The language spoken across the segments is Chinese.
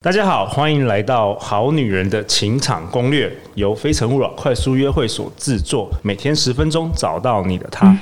大家好，欢迎来到好女人的情场攻略，由非诚勿扰快速约会所制作，每天10分钟，找到你的他。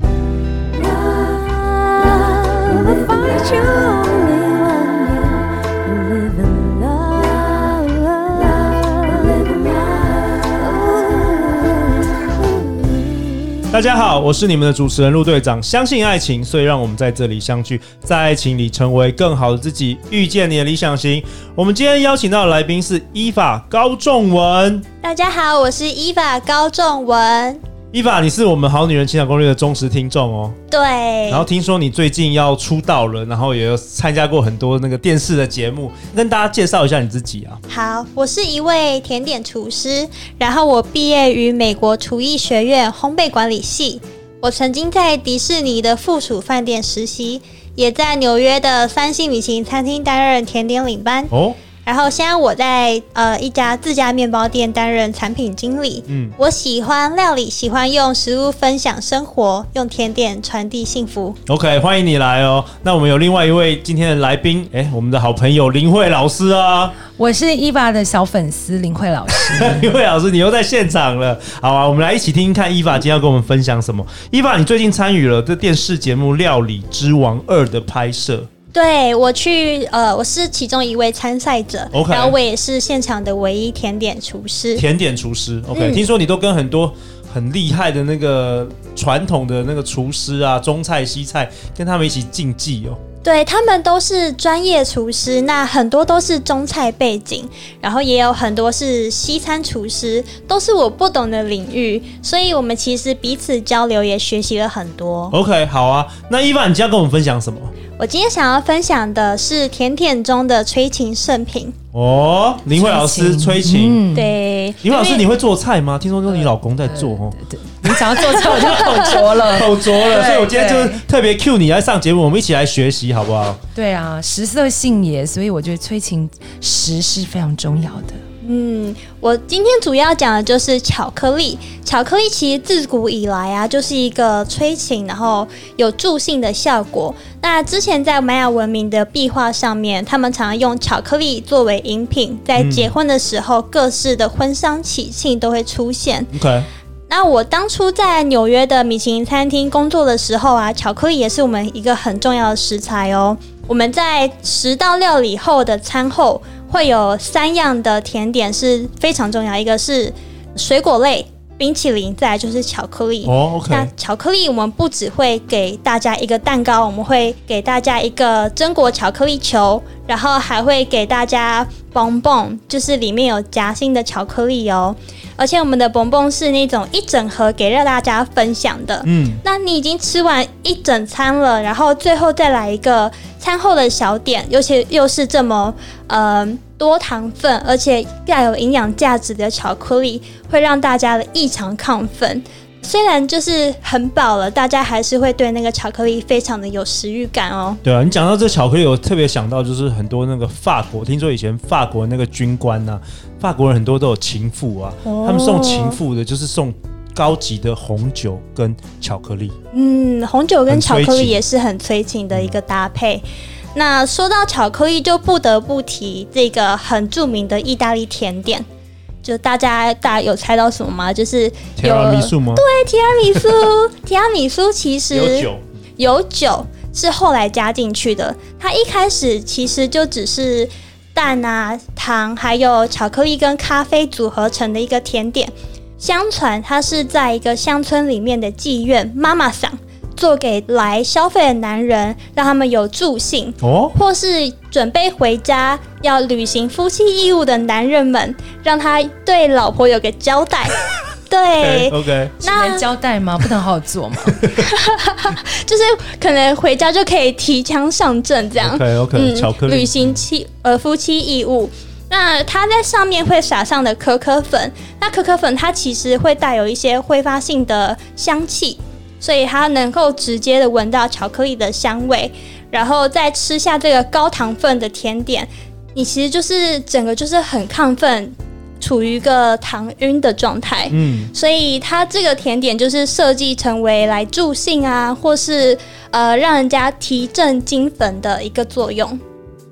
大家好，我是你们的主持人陆队长。相信爱情，所以让我们在这里相聚，在爱情里成为更好的自己，遇见你的理想型。我们今天邀请到的来宾是伊法高仲文。 大家好，我是伊法高仲文。 伊法，你是我们好女人情感攻略的忠实听众哦。 对。 然后听说你最近要出道了，然后也有参加过很多那个电视的节目，跟大家介绍一下你自己啊。 好，我是一位甜点厨师，然后我毕业于美国厨艺学院烘焙管理系。我曾经在迪士尼的附属饭店实习，也在纽约的3星米其林餐厅担任甜点领班。哦。然后现在我在一家自家面包店担任产品经理。我喜欢料理，喜欢用食物分享生活，用甜点传递幸福。OK， 欢迎你来哦。那我们有另外一位今天的来宾，我们的好朋友林慧老师啊。 我是伊法的小粉丝林慧老师。 林慧老师，你又在现场了。好啊，我们来一起听听看伊法今天要跟我们分享什么。伊法，你最近参与了这电视节目《料理之王2》的拍摄。 对，我是其中一位参赛者， okay. 然后我也是现场的唯一甜点厨师。 甜点厨师 ，OK，听说你都跟很多很厉害的那个传统的那个厨师啊，中菜西菜，跟他们一起竞技哦。 对，他们都是专业厨师，那很多都是中菜背景，然后也有很多是西餐厨师，都是我不懂的领域，所以我们其实彼此交流也学习了很多。 OK， 好啊，那伊凡，你今天要跟我们分享什么？ 我今天想要分享的是甜点中的催情圣品哦。林慧老师催情， 对。 林慧老师，你会做菜吗？听说你老公在做哦。 对，你想要做菜我就口拙了， 口拙了。所以我今天就是特别 cue 你来上节目，我们一起来学习，好不好？ 对啊，食色性也，所以我觉得催情食是非常重要的。 我今天主要讲的就是巧克力。巧克力其实自古以来啊，就是一个催情，然后有助兴的效果。那之前在玛雅文明的壁画上面，他们常常用巧克力作为饮品，在结婚的时候，各式的婚丧喜庆都会出现。 OK。 那我当初在纽约的米其林餐厅工作的时候啊，巧克力也是我们一个很重要的食材哦。我们在10道料理后的餐后会有3样的甜点是非常重要，一个是水果类、冰淇淋，再来就是巧克力。 OK。 那巧克力我们不只会给大家一个蛋糕，我们会给大家一个榛果巧克力球，然后还会给大家bonbon bonbon，就是里面有夹心的巧克力哦。而且我们的bonbon是那种一整盒给让大家分享的。那你已经吃完一整餐了，然后最后再来一个餐后的小点，尤其又是这么多糖分，而且要有营养价值的巧克力，会让大家的异常亢奋。虽然就是很饱了，大家还是会对那个巧克力非常的有食欲感哦。 对啊，你讲到这巧克力，我特别想到就是很多那个法国，听说以前法国那个军官啊，法国人很多都有情妇啊，他们送情妇的就是送高级的红酒跟巧克力。 红酒跟巧克力也是很催情的一个搭配。那说到巧克力，就不得不提这个很著名的意大利甜点。就大家有猜到什么吗？就是提拉米苏吗？ 对，提拉米苏。提拉米苏其实有酒是后来加进去的。它一开始其实就只是蛋啊、糖还有巧克力跟咖啡组合成的一个甜点。相传它是在一个乡村里面的妓院妈妈桑做给来消费的男人，让他们有助兴，或是准备回家要履行夫妻义务的男人们，让他对老婆有个交代。对 ，OK， 那能交代吗？不能好好做吗？ 就是可能回家就可以提枪上阵这样。 OK， 巧克力履行夫妻义务。那它在上面会撒上的可可粉，那可可粉它其实会带有一些挥发性的香气。所以它能够直接的闻到巧克力的香味，然后再吃下这个高糖分的甜点，你其实就是整个就是很亢奋，处于一个糖晕的状态。所以它这个甜点就是设计成为来助兴啊，或是让人家提振精神的一个作用。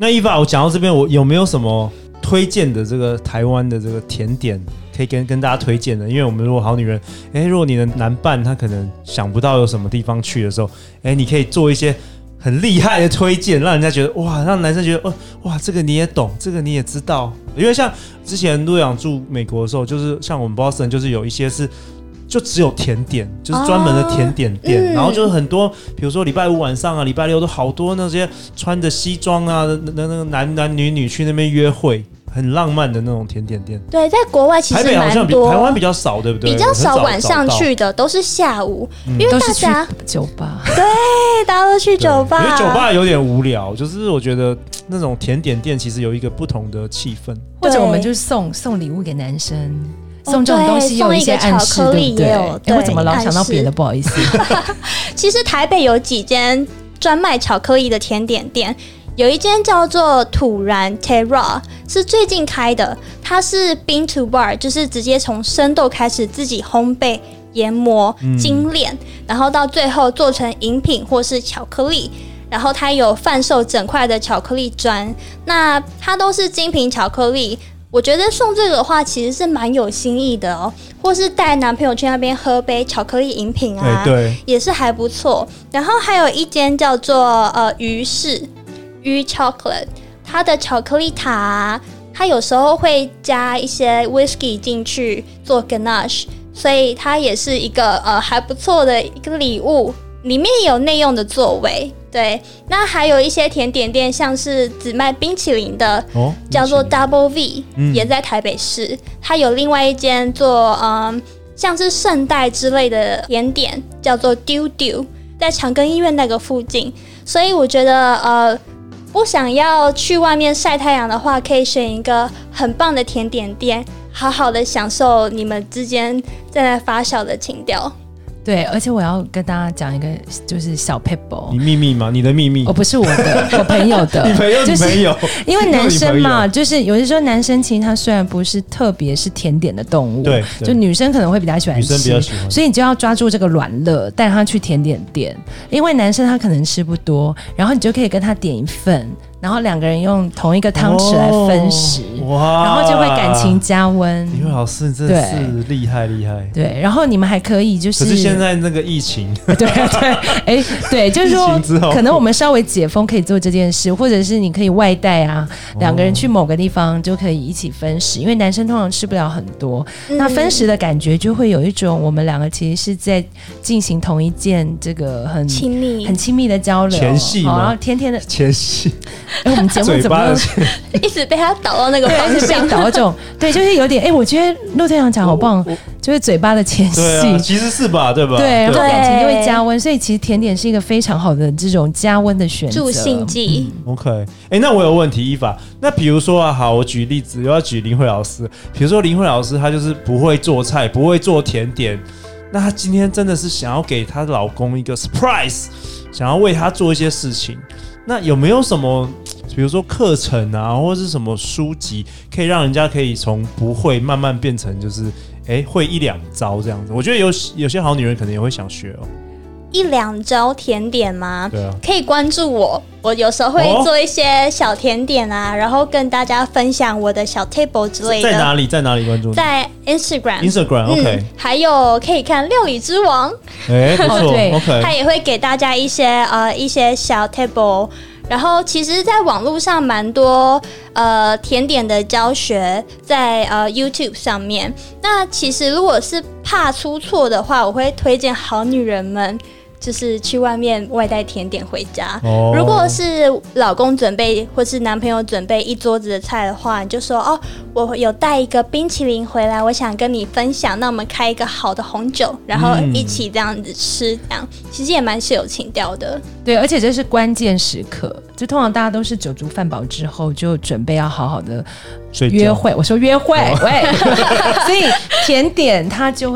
那伊娃，我讲到这边，我有没有什么推荐的这个台湾的这个甜点可以跟大家推荐的？因为我们如果好女人，如果你的男伴他可能想不到有什么地方去的时候，你可以做一些很厉害的推荐，让人家觉得哇，让男生觉得哇，这个你也懂，这个你也知道。因为像之前陆阳住美国的时候，就是像我们 Boston 就是有一些是就只有甜点，就是专门的甜点店，然后就是很多，比如说礼拜五晚上啊，礼拜六都好多那些穿着西装啊，那个男女去那边约会。很浪漫的那种甜点店， 对，在国外其实蛮多， 台北好像台湾比较少，对不对？ 比较少晚上去的，都是下午，因为大家酒吧， 对，大家都去酒吧， 因为酒吧有点无聊，就是我觉得那种甜点店其实有一个不同的气氛， 或者我们就是送礼物给男生。送这种东西有一些暗示，对不对？我怎么老想到别的？不好意思。 其实台北有几间专卖巧克力的甜点店。有一间叫做土然 Terra 是最近开的，它是 bean to bar， 就是直接从生豆开始自己烘焙、研磨、精炼，然后到最后做成饮品或是巧克力。然后它有贩售整块的巧克力砖，那它都是精品巧克力。我觉得送这个的话，其实是蛮有新意的哦，或是带男朋友去那边喝杯巧克力饮品啊， 对， 也是还不错。然后还有一间叫做鱼氏。鱼 chocolate， 它的巧克力塔，它有时候会加一些 whisky 进去做 ganache， 所以它也是一个还不错的一个礼物，里面也有内用的座位。对，那还有一些甜点店，像是只卖冰淇淋的，叫做 Double V，也在台北市。它有另外一间做像是圣代之类的甜点，叫做丢丢，在长庚医院那个附近。所以我觉得不想要去外面晒太阳的话，可以选一个很棒的甜点店，好好的享受你们之间正在发酵的情调。 对，而且我要跟大家讲一个就是小 pebble， 你秘密吗？你的秘密？ 不是我的，我朋友的。 你朋友， 就是、 你朋友， 因为男生嘛，就是有的时候男生其实他虽然不是特别是甜点的动物， 对， 就女生可能会比较喜欢吃， 女生比较喜欢， 所以你就要抓住这个软肋，带他去甜点店，因为男生他可能吃不多，然后你就可以跟他点一份。然后两个人用同一个汤匙来分食，然后就会感情加温。 李慧老师真的是厉害厉害。 对，然后你们还可以就是， 可是现在那个疫情， 对，对，就是说，可能我们稍微解封可以做这件事，或者是你可以外带啊，两个人去某个地方就可以一起分食，因为男生通常吃不了很多，那分食的感觉就会有一种我们两个其实是在进行同一件这个很亲密的交流， 前戏嘛， 然后天天的前戏。 我们节目怎么一直被他导到那个方向， 导到这种对，就是有点我觉得陆队长讲好棒，就是嘴巴的前戏， 其实是吧，对吧？ 对，然后感情就会加温，所以其实甜点是一个非常好的这种加温的选择， 助兴剂。 OK， 那我有问题，伊法，那比如说啊，好，我举例子，我要举林慧老师，比如说林慧老师她就是不会做菜，不会做甜点，那她今天真的是想要给她老公一个 surprise， 想要为他做一些事情。那有没有什么，比如说课程啊，或者是什么书籍，可以让人家可以从不会慢慢变成就是会一两招这样子？我觉得有些好女人可能也会想学哦。 一两招甜点吗？ 对啊， 可以关注我，我有时候会做一些小甜点啊，然后跟大家分享我的小 table 之类的。 在哪里关注？ 在 Instagram OK， 还有可以看料理之王， 不错，OK， 他也会给大家一些小 table。然后其实在网络上蛮多甜点的教学在YouTube 上面。那其实如果是怕出错的话，我会推荐好女人们就是去外面外带甜点回家。如果是老公准备或是男朋友准备一桌子的菜的话，你就说我有带一个冰淇淋回来，我想跟你分享，那我们开一个好的红酒，然后一起这样子吃，这样其实也蛮是有情调的。 对，而且这是关键时刻，就通常大家都是酒足饭饱之后就准备要好好的约会。我说约会，喂，所以甜点它就会是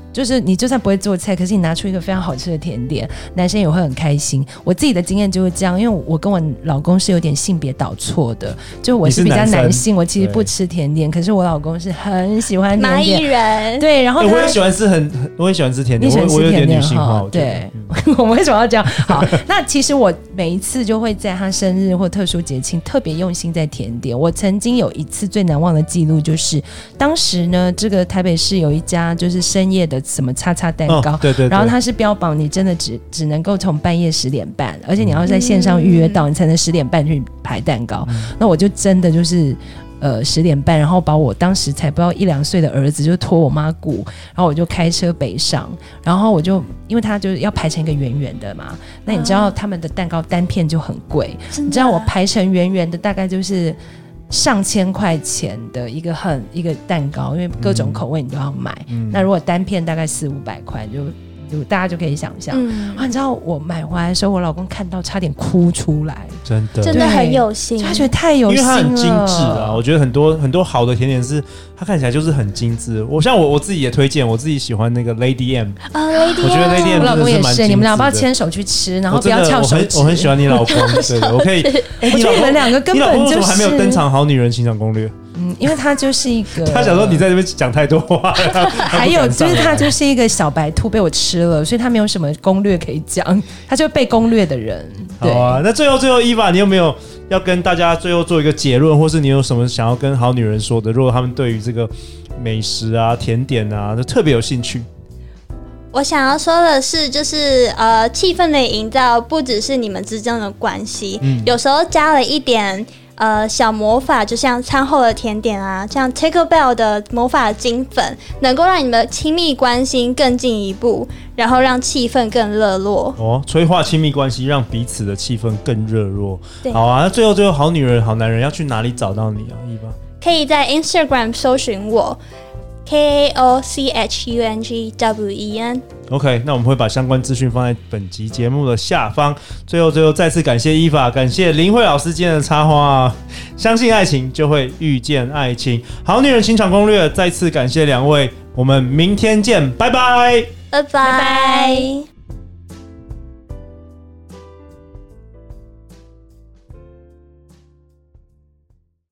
就是你就算不会做菜，可是你拿出一个非常好吃的甜点，男生也会很开心。我自己的经验就是这样，因为我跟我老公是有点性别导错的，就我是比较男性，我其实不吃甜点，可是我老公是很喜欢甜点。 蚂蚁人对，然后我也喜欢吃我也喜欢吃甜点，我有点女性化。 对，我们为什么要这样？好，那其实我每一次就会在他生日或特殊节庆特别用心在甜点。我曾经有一次最难忘的记录，就是当时呢，这个台北市有一家就是深夜的什么叉叉蛋糕， 对， 然后它是标榜你真的只能够从半夜10点半，而且你要在线上预约到，你才能10点半去排蛋糕。那我就真的就是10点半，然后把我当时才不到1-2岁的儿子就托我妈顾，然后我就开车北上，然后我就因为他就是要排成一个圆圆的嘛，那你知道他们的蛋糕单片就很贵，你知道我排成圆圆的大概就是上千块钱的一个蛋糕，因为各种口味你都要买，那如果单片大概400-500块就大家就可以想象，你知道我买回来的时候，我老公看到差点哭出来， 真的很有心， 他觉得太有心了， 因为它很精致啊。我觉得很多好的甜点是它看起来就是很精致。我自己也推荐，我自己喜欢那个 Lady M， 我觉得 Lady M 我老公也是，你们俩要不要牵牵手去吃，然后不要翘手指？ 我很喜欢你老公，对，我可以。 我觉得你们两个根本就是， 你老公为什么还没有登场《好女人情场攻略》？ 因为他就是一个， 他想说你在这边讲太多话， 还有就是他就是一个小白兔被我吃了，所以他没有什么攻略可以讲，他就被攻略的人。 好啊，那最后Eva，你有没有要跟大家最后做一个结论，或是你有什么想要跟好女人说的？如果他们对于这个美食啊、甜点啊，就特别有兴趣。 我想要说的是，就是气氛的营造不只是你们之间的关系，有时候加了一点小魔法，就像餐后的甜点啊，像 Taco Bell 的魔法金粉，能够让你们的亲密关系更进一步，然后让气氛更热络。 催化亲密关系，让彼此的气氛更热络。好啊，那最后好女人好男人要去哪里找到你啊，Eva？ 可以在 Instagram 搜寻我。KAOCHUNGWEN。 OK， 那我们会把相关资讯放在本集节目的下方。最后再次感谢Eva，感谢林慧老师今天的插花。相信爱情就会遇见爱情，好女人情场攻略再次感谢两位，我们明天见，拜拜， 拜拜。